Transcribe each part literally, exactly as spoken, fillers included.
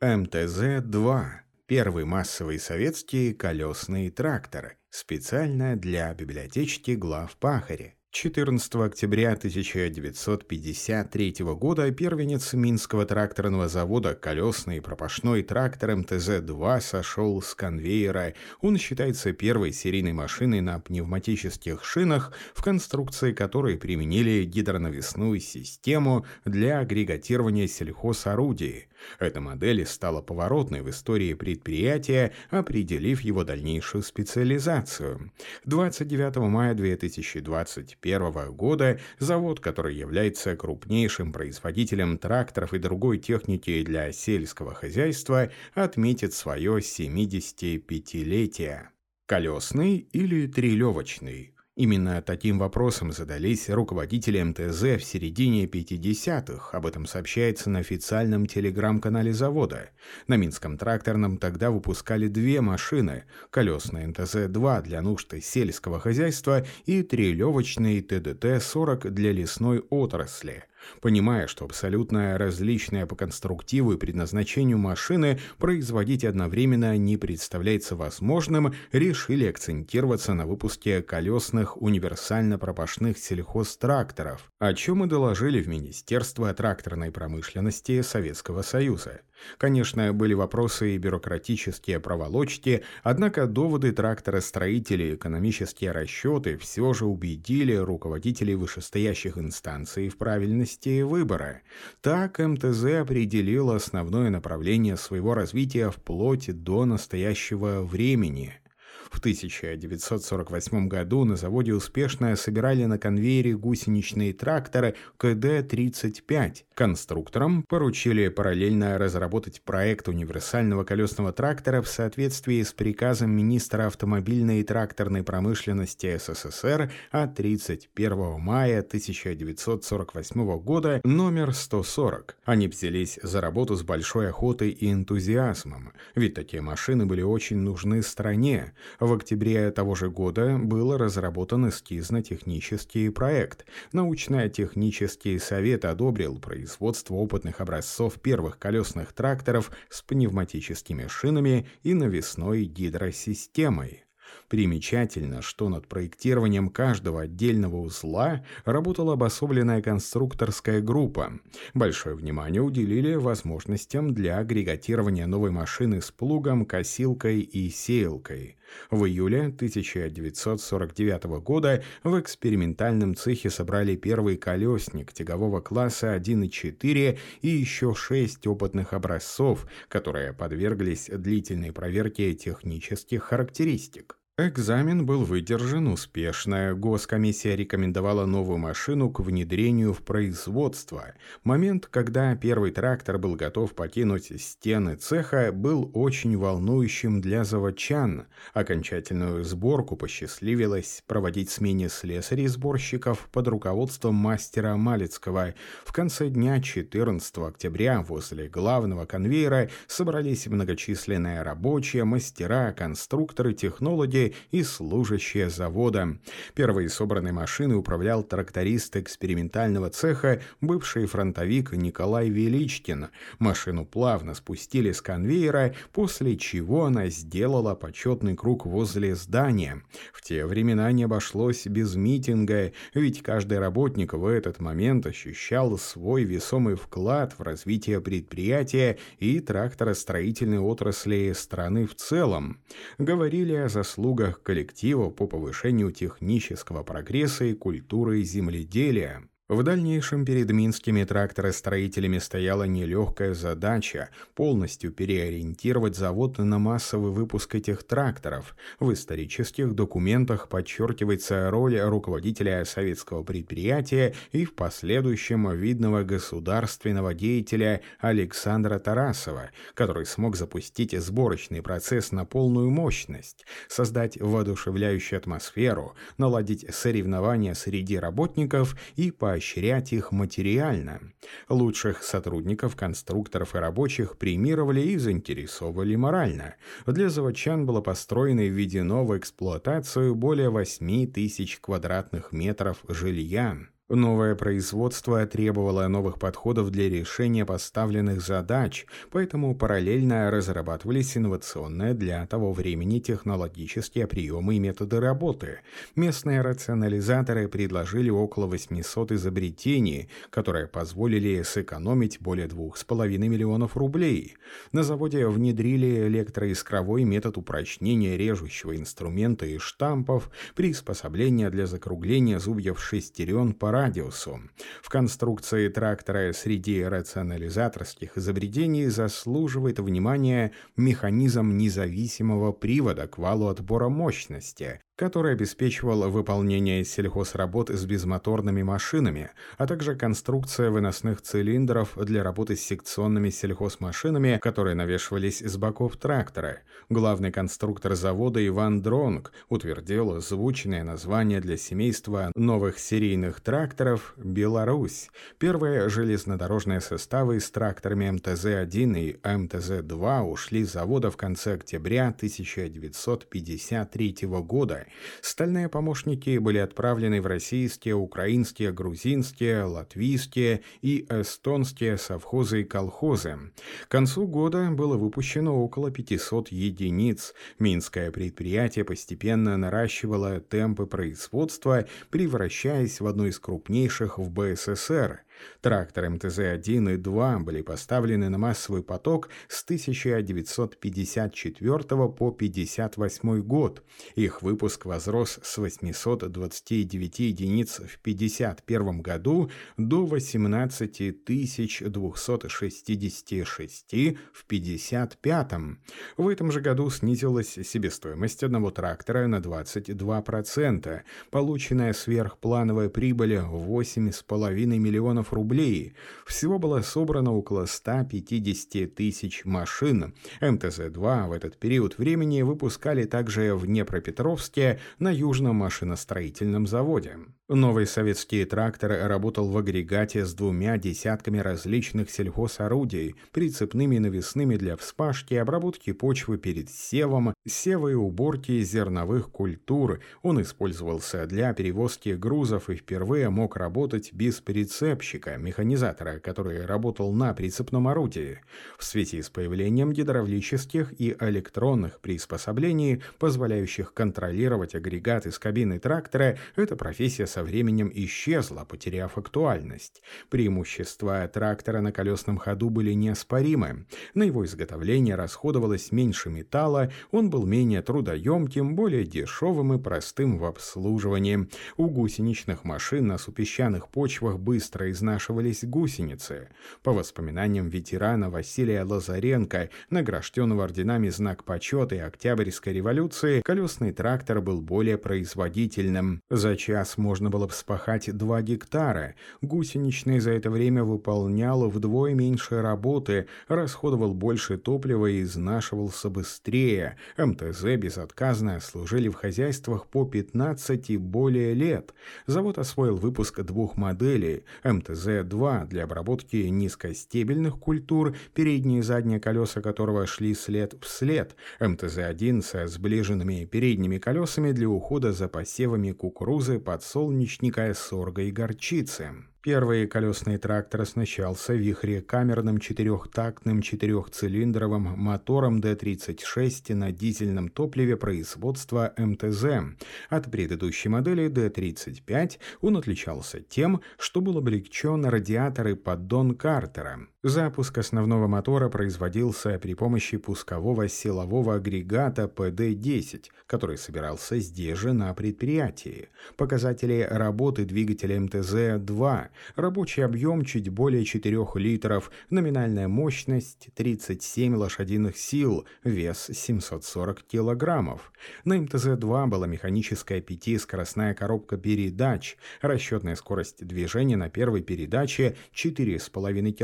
эм тэ зэ два – первый массовый советский колесный трактор, специально для библиотечки главпахаря. четырнадцатого октября тысяча девятьсот пятьдесят третьего года первенец Минского тракторного завода колесный пропашной трактор эм тэ зэ два сошел с конвейера. Он считается первой серийной машиной на пневматических шинах, в конструкции которой применили гидронавесную систему для агрегатирования сельхозорудий. Эта модель стала поворотной в истории предприятия, определив его дальнейшую специализацию. двадцать девятого мая две тысячи двадцать первого года завод, который является крупнейшим производителем тракторов и другой техники для сельского хозяйства, отметит свое семидесятипятилетие. Колесный или трелевочный? Именно таким вопросом задались руководители эм тэ зэ в середине пятидесятых. Об этом сообщается на официальном телеграм-канале завода. На Минском тракторном тогда выпускали две машины – колесный эм тэ зэ два для нужд сельского хозяйства и трелевочный тэ дэ тэ сорок для лесной отрасли. Понимая, что абсолютно различные по конструктиву и предназначению машины производить одновременно не представляется возможным, решили акцентироваться на выпуске колесных универсально-пропашных сельхозтракторов, о чем и доложили в Министерство тракторной промышленности Советского Союза. Конечно, были вопросы и бюрократические проволочки, однако доводы тракторостроителей и экономические расчеты все же убедили руководителей вышестоящих инстанций в правильности выбора. Так эм тэ зэ определил основное направление своего развития вплоть до настоящего времени. В тысяча девятьсот сорок восьмом году на заводе успешно собирали на конвейере гусеничные тракторы ка дэ тридцать пять. Конструкторам поручили параллельно разработать проект универсального колесного трактора в соответствии с приказом министра автомобильной и тракторной промышленности эс эс эс эр от тридцать первого мая тысяча девятьсот сорок восьмого года номер сто сорок. Они взялись за работу с большой охотой и энтузиазмом, ведь такие машины были очень нужны стране. В октябре того же года был разработан эскизно-технический проект. Научно-технический совет одобрил производство опытных образцов первых колесных тракторов с пневматическими шинами и навесной гидросистемой. Примечательно, что над проектированием каждого отдельного узла работала обособленная конструкторская группа. Большое внимание уделили возможностям для агрегатирования новой машины с плугом, косилкой и сеялкой. В июле тысяча девятьсот сорок девятого года в экспериментальном цехе собрали первый колесник тягового класса один и четыре и еще шесть опытных образцов, которые подверглись длительной проверке технических характеристик. Экзамен был выдержан успешно. Госкомиссия рекомендовала новую машину к внедрению в производство. Момент, когда первый трактор был готов покинуть стены цеха, был очень волнующим для заводчан. Окончательную сборку посчастливилось проводить смене слесарей-сборщиков под руководством мастера Малицкого. В конце дня четырнадцатого октября возле главного конвейера собрались многочисленные рабочие, мастера, конструкторы, технологи и служащие завода. Первой собранной машиной управлял тракторист экспериментального цеха, бывший фронтовик Николай Величкин. Машину плавно спустили с конвейера, после чего она сделала почетный круг возле здания. В те времена не обошлось без митинга, ведь каждый работник в этот момент ощущал свой весомый вклад в развитие предприятия и тракторостроительной отрасли страны в целом. Говорили о заслугах коллектива по повышению технического прогресса и культуры земледелия. В дальнейшем перед минскими тракторостроителями стояла нелегкая задача полностью переориентировать завод на массовый выпуск этих тракторов. В исторических документах подчеркивается роль руководителя советского предприятия и в последующем видного государственного деятеля Александра Тарасова, который смог запустить сборочный процесс на полную мощность, создать воодушевляющую атмосферу, наладить соревнования среди работников и по поощрять их материально. Лучших сотрудников, конструкторов и рабочих премировали и заинтересовали морально. Для заводчан было построено и введено в эксплуатацию более восьми тысяч квадратных метров жилья. Новое производство требовало новых подходов для решения поставленных задач, поэтому параллельно разрабатывались инновационные для того времени технологические приемы и методы работы. Местные рационализаторы предложили около восьмисот изобретений, которые позволили сэкономить более двух с половиной миллионов рублей. На заводе внедрили электроискровой метод упрочнения режущего инструмента и штампов, приспособления для закругления зубьев шестерен по радиусу. В конструкции трактора среди рационализаторских изобретений заслуживает внимания механизм независимого привода к валу отбора мощности, который обеспечивал выполнение сельхозработ с безмоторными машинами, а также конструкция выносных цилиндров для работы с секционными сельхозмашинами, которые навешивались с боков трактора. Главный конструктор завода Иван Дронг утвердил звучное название для семейства новых серийных тракторов «Беларусь». Первые железнодорожные составы с тракторами эм тэ зэ один и эм тэ зэ два ушли с завода в конце октября тысяча девятьсот пятьдесят третьего года. Стальные помощники были отправлены в российские, украинские, грузинские, латвийские и эстонские совхозы и колхозы. К концу года было выпущено около пятисот единиц. Минское предприятие постепенно наращивало темпы производства, превращаясь в одно из крупнейших в бэ эс эс эр. Тракторы эм тэ зэ один и два были поставлены на массовый поток с тысяча девятьсот пятьдесят четвёртого по пятьдесят восьмой год. Их выпуск возрос с восьмисот двадцати девяти единиц в пятьдесят первом году до восемнадцати тысяч двухсот шестидесяти шести в пятьдесят пятом. В этом же году снизилась себестоимость одного трактора на двадцать два процента. Полученная сверхплановая прибыль восемь с половиной миллионов рублей. Всего было собрано около ста пятидесяти тысяч машин. эм тэ зэ два в этот период времени выпускали также в Днепропетровске на Южном машиностроительном заводе. Новый советский трактор работал в агрегате с двумя десятками различных сельхозорудий, прицепными навесными для вспашки, обработки почвы перед севом, сева и уборки зерновых культур. Он использовался для перевозки грузов и впервые мог работать без прицепщика, механизатора, который работал на прицепном орудии. В связи с появлением гидравлических и электронных приспособлений, позволяющих контролировать агрегат из кабины трактора, эта профессия со временем исчезла, потеряв актуальность. Преимущества трактора на колесном ходу были неоспоримы. На его изготовление расходовалось меньше металла, он был менее трудоемким, более дешевым и простым в обслуживании. У гусеничных машин на супесчаных почвах быстро изнашивались гусеницы. По воспоминаниям ветерана Василия Лазаренко, награжденного орденами «Знак почета» и Октябрьской революции, колесный трактор был более производительным. За час можно было вспахать два гектара. Гусеничный за это время выполнял вдвое меньше работы, расходовал больше топлива и изнашивался быстрее. эм тэ зэ безотказно служили в хозяйствах по пятнадцать и более лет. Завод освоил выпуск двух моделей эм тэ зэ два для обработки низкостебельных культур, передние и задние колеса которого шли след в след, эм тэ зэ один со сближенными передними колесами для ухода за посевами кукурузы, подсолнечника, сорга и горчицы. Первый колесный трактор оснащался вихрекамерным четырехтактным четырехцилиндровым мотором дэ тридцать шесть на дизельном топливе производства эм тэ зэ. От предыдущей модели дэ тридцать пять он отличался тем, что был облегчен радиатор и поддон картера. Запуск основного мотора производился при помощи пускового силового агрегата пэ дэ десять, который собирался здесь же на предприятии. Показатели работы двигателя эм тэ зэ два. Рабочий объем чуть более четырёх литров, номинальная мощность тридцать семь лошадиных сил, вес семьсот сорок килограммов. На эм тэ зэ два была механическая пятискоростная коробка передач, расчетная скорость движения на первой передаче четыре с половиной километра в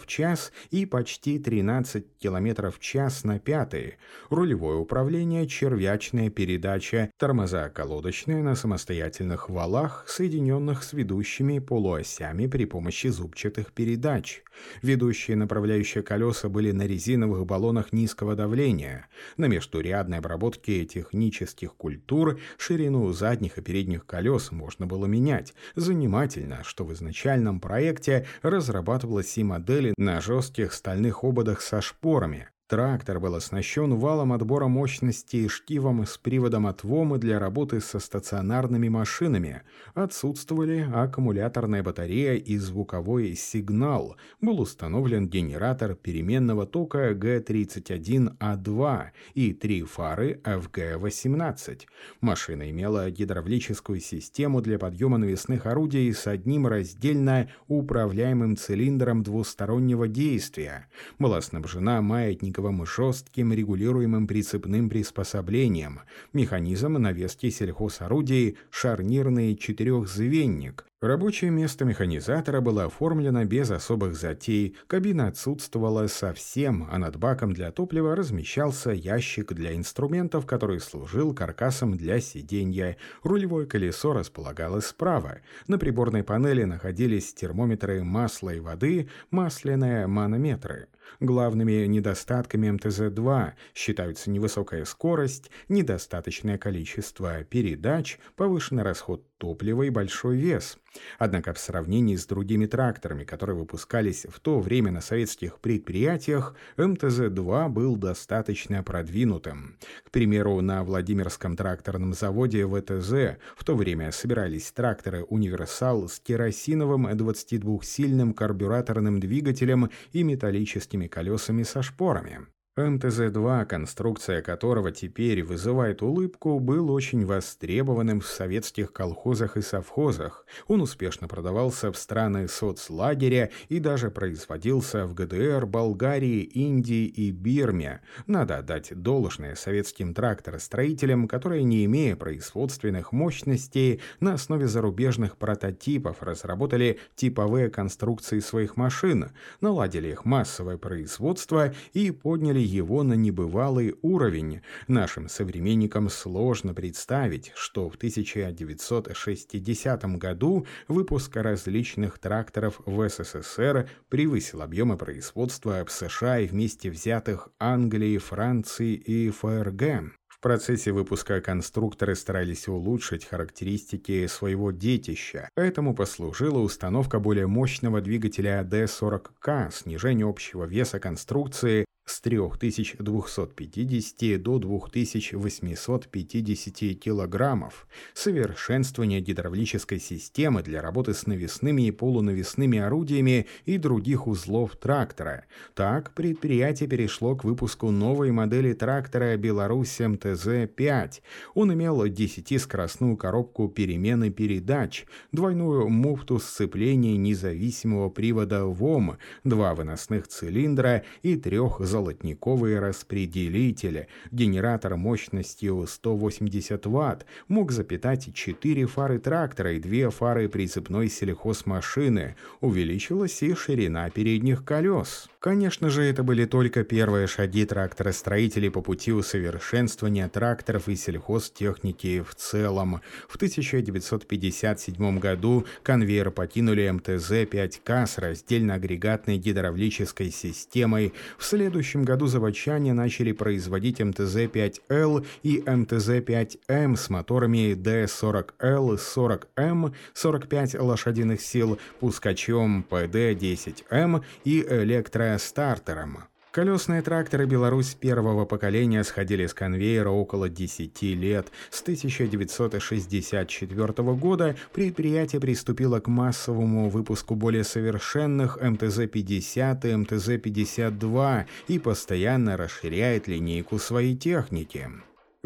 в час и почти тринадцать километров в час на пятые, рулевое управление, червячная передача, тормоза колодочные на самостоятельных валах, соединенных с ведущими полуосями при помощи зубчатых передач. Ведущие направляющие колеса были на резиновых баллонах низкого давления. На междурядной обработке технических культур ширину задних и передних колес можно было менять. Занимательно, что в изначальном проекте разрабатывалась и модель на жестких стальных ободах со шпорами. Трактор был оснащен валом отбора мощности и штивом с приводом от ВОМа для работы со стационарными машинами. Отсутствовали аккумуляторная батарея и звуковой сигнал. Был установлен генератор переменного тока Г тридцать один А два и три фары Ф Г восемнадцать. Машина имела гидравлическую систему для подъема навесных орудий с одним раздельно управляемым цилиндром двустороннего действия. Была снабжена маятником жестким регулируемым прицепным приспособлением, механизм навески сельхозорудий, шарнирный четырехзвенник. Рабочее место механизатора было оформлено без особых затей, кабина отсутствовала совсем, а над баком для топлива размещался ящик для инструментов, который служил каркасом для сиденья. Рулевое колесо располагалось справа. На приборной панели находились термометры масла и воды, масляные манометры. Главными недостатками эм тэ зэ два считаются невысокая скорость, недостаточное количество передач, повышенный расход топлива и большой вес. Однако в сравнении с другими тракторами, которые выпускались в то время на советских предприятиях, эм тэ зэ два был достаточно продвинутым. К примеру, на Владимирском тракторном заводе вэ тэ зэ в то время собирались тракторы «Универсал» с керосиновым двадцатидвухсильным карбюраторным двигателем и металлическими колесами со шпорами. эм тэ зэ два, конструкция которого теперь вызывает улыбку, был очень востребованным в советских колхозах и совхозах. Он успешно продавался в страны соцлагеря и даже производился в гэ дэ эр, Болгарии, Индии и Бирме. Надо отдать должное советским тракторостроителям, которые, не имея производственных мощностей, на основе зарубежных прототипов разработали типовые конструкции своих машин, наладили их массовое производство и подняли его на небывалый уровень. Нашим современникам сложно представить, что в тысяча девятьсот шестидесятом году выпуск различных тракторов в эс эс эс эр превысил объемы производства в Сэ Шэ А и вместе взятых Англии, Франции и эф эр гэ. В процессе выпуска конструкторы старались улучшить характеристики своего детища. Этому послужила установка более мощного двигателя дэ сорок ка, снижение общего веса конструкции с трёх тысяч двухсот пятидесяти до двух тысяч восьмисот пятидесяти килограммов, совершенствование гидравлической системы для работы с навесными и полунавесными орудиями и других узлов трактора. Так, предприятие перешло к выпуску новой модели трактора «Беларусь эм тэ зэ пять». Он имел десятискоростную коробку перемены передач, двойную муфту сцепления независимого привода ВОМ, два выносных цилиндра и трех золотниковые распределители. Генератор мощностью сто восемьдесят ватт мог запитать четыре фары трактора и две фары прицепной сельхозмашины. Увеличилась и ширина передних колес. Конечно же, это были только первые шаги тракторостроителей по пути усовершенствования тракторов и сельхозтехники в целом. В тысяча девятьсот пятьдесят седьмом году конвейер покинули эм тэ зэ пять ка с раздельно-агрегатной гидравлической системой. В следующем году заводчане начали производить эм тэ зэ пять эл и эм тэ зэ пять эм с моторами дэ сорок эл, сорок эм, сорок пять лошадиных сил, пускачом пэ дэ десять эм и электростартером. Колесные тракторы «Беларусь» первого поколения сходили с конвейера около десяти лет. С тысяча девятьсот шестьдесят четвёртого года предприятие приступило к массовому выпуску более совершенных эм тэ зэ пятьдесят и эм тэ зэ пятьдесят два и постоянно расширяет линейку своей техники.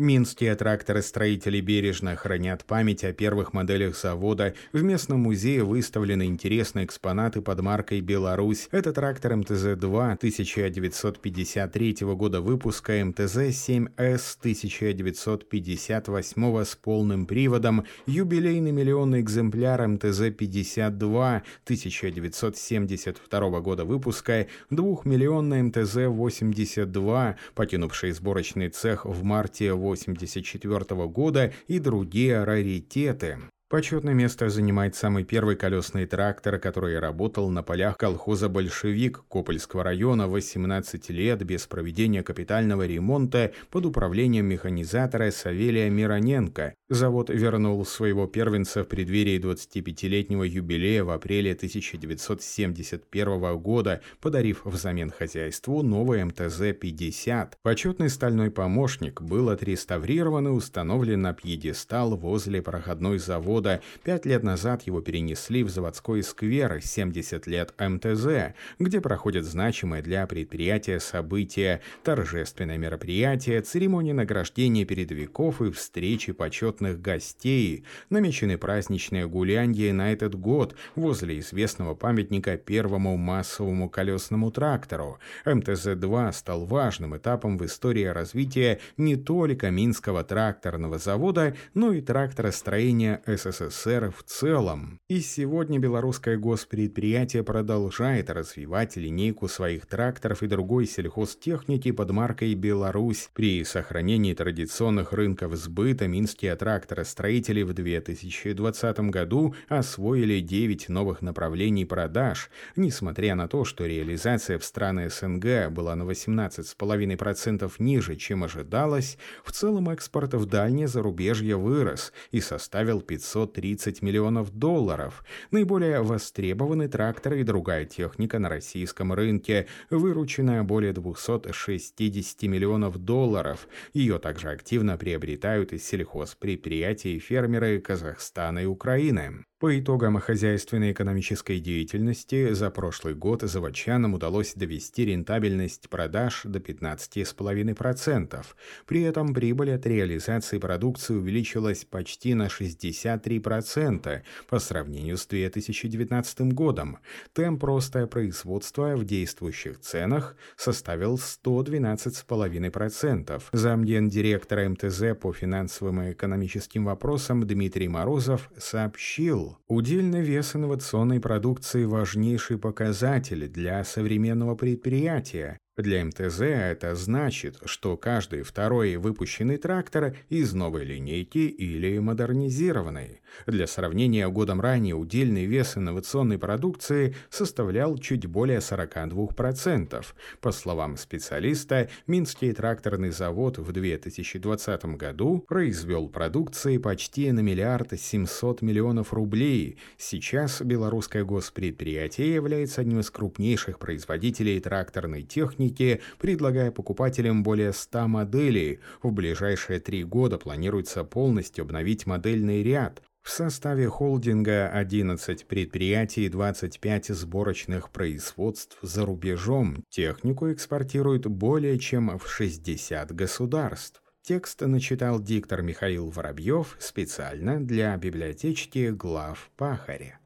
Минские тракторостроители бережно хранят память о первых моделях завода. В местном музее выставлены интересные экспонаты под маркой «Беларусь». Это трактор эм тэ зэ два тысяча девятьсот пятьдесят третьего года выпуска, эм тэ зэ семь эс тысяча девятьсот пятьдесят восьмого с полным приводом, юбилейный миллионный экземпляр эм тэ зэ пятьдесят два тысяча девятьсот семьдесят второго года выпуска, двухмиллионный эм тэ зэ восемьдесят два, покинувший сборочный цех в марте восемьдесят четвёртого года, и другие раритеты. Почетное место занимает самый первый колесный трактор, который работал на полях колхоза «Большевик» Копольского района восемнадцать лет без проведения капитального ремонта под управлением механизатора Савелия Мироненко. Завод вернул своего первенца в преддверии двадцатипятилетнего юбилея в апреле тысяча девятьсот семьдесят первого года, подарив взамен хозяйству новый эм тэ зэ пятьдесят. Почетный стальной помощник был отреставрирован и установлен на пьедестал возле проходной завода. Пять лет назад его перенесли в заводской сквер «семьдесят лет эм тэ зэ», где проходят значимые для предприятия события, торжественные мероприятия, церемонии награждения передовиков и встречи почетных гостей. Намечены праздничные гулянья на этот год возле известного памятника первому массовому колесному трактору. эм тэ зэ два стал важным этапом в истории развития не только Минского тракторного завода, но и тракторостроения эс эс эс эр в целом. И сегодня белорусское госпредприятие продолжает развивать линейку своих тракторов и другой сельхозтехники под маркой «Беларусь». При сохранении традиционных рынков сбыта минские тракторостроители в две тысячи двадцатом году освоили девять новых направлений продаж. Несмотря на то, что реализация в страны эс эн гэ была на восемнадцать целых пять десятых процента ниже, чем ожидалось, в целом экспорт в дальнее зарубежье вырос и составил пятьсот тридцать миллионов долларов. Наиболее востребованы тракторы и другая техника на российском рынке, вырученная более двухсот шестидесяти миллионов долларов. Ее также активно приобретают из сельхозпредприятий и фермеры Казахстана и Украины. По итогам хозяйственной экономической деятельности за прошлый год заводчанам удалось довести рентабельность продаж до пятнадцати целых пяти десятых процента. При этом прибыль от реализации продукции увеличилась почти на шестьдесят три процента по сравнению с две тысячи девятнадцатым годом. Темп роста производства в действующих ценах составил сто двенадцать целых пять десятых процента. Замгендиректора эм тэ зэ по финансовым и экономическим вопросам Дмитрий Морозов сообщил: удельный вес инновационной продукции – важнейший показатель для современного предприятия. Для эм тэ зэ это значит, что каждый второй выпущенный трактор из новой линейки или модернизированной. Для сравнения, годом ранее удельный вес инновационной продукции составлял чуть более сорока двух процентов. По словам специалиста, Минский тракторный завод в две тысячи двадцатом году произвел продукции почти на миллиард семьсот миллионов рублей. Сейчас белорусское госпредприятие является одним из крупнейших производителей тракторной техники, предлагая покупателям более ста моделей. В ближайшие три года планируется полностью обновить модельный ряд. В составе холдинга одиннадцать предприятий и двадцать пять сборочных производств за рубежом. Технику экспортируют более чем в шестьдесят государств. Текст начитал диктор Михаил Воробьев специально для библиотечки глав Пахаря.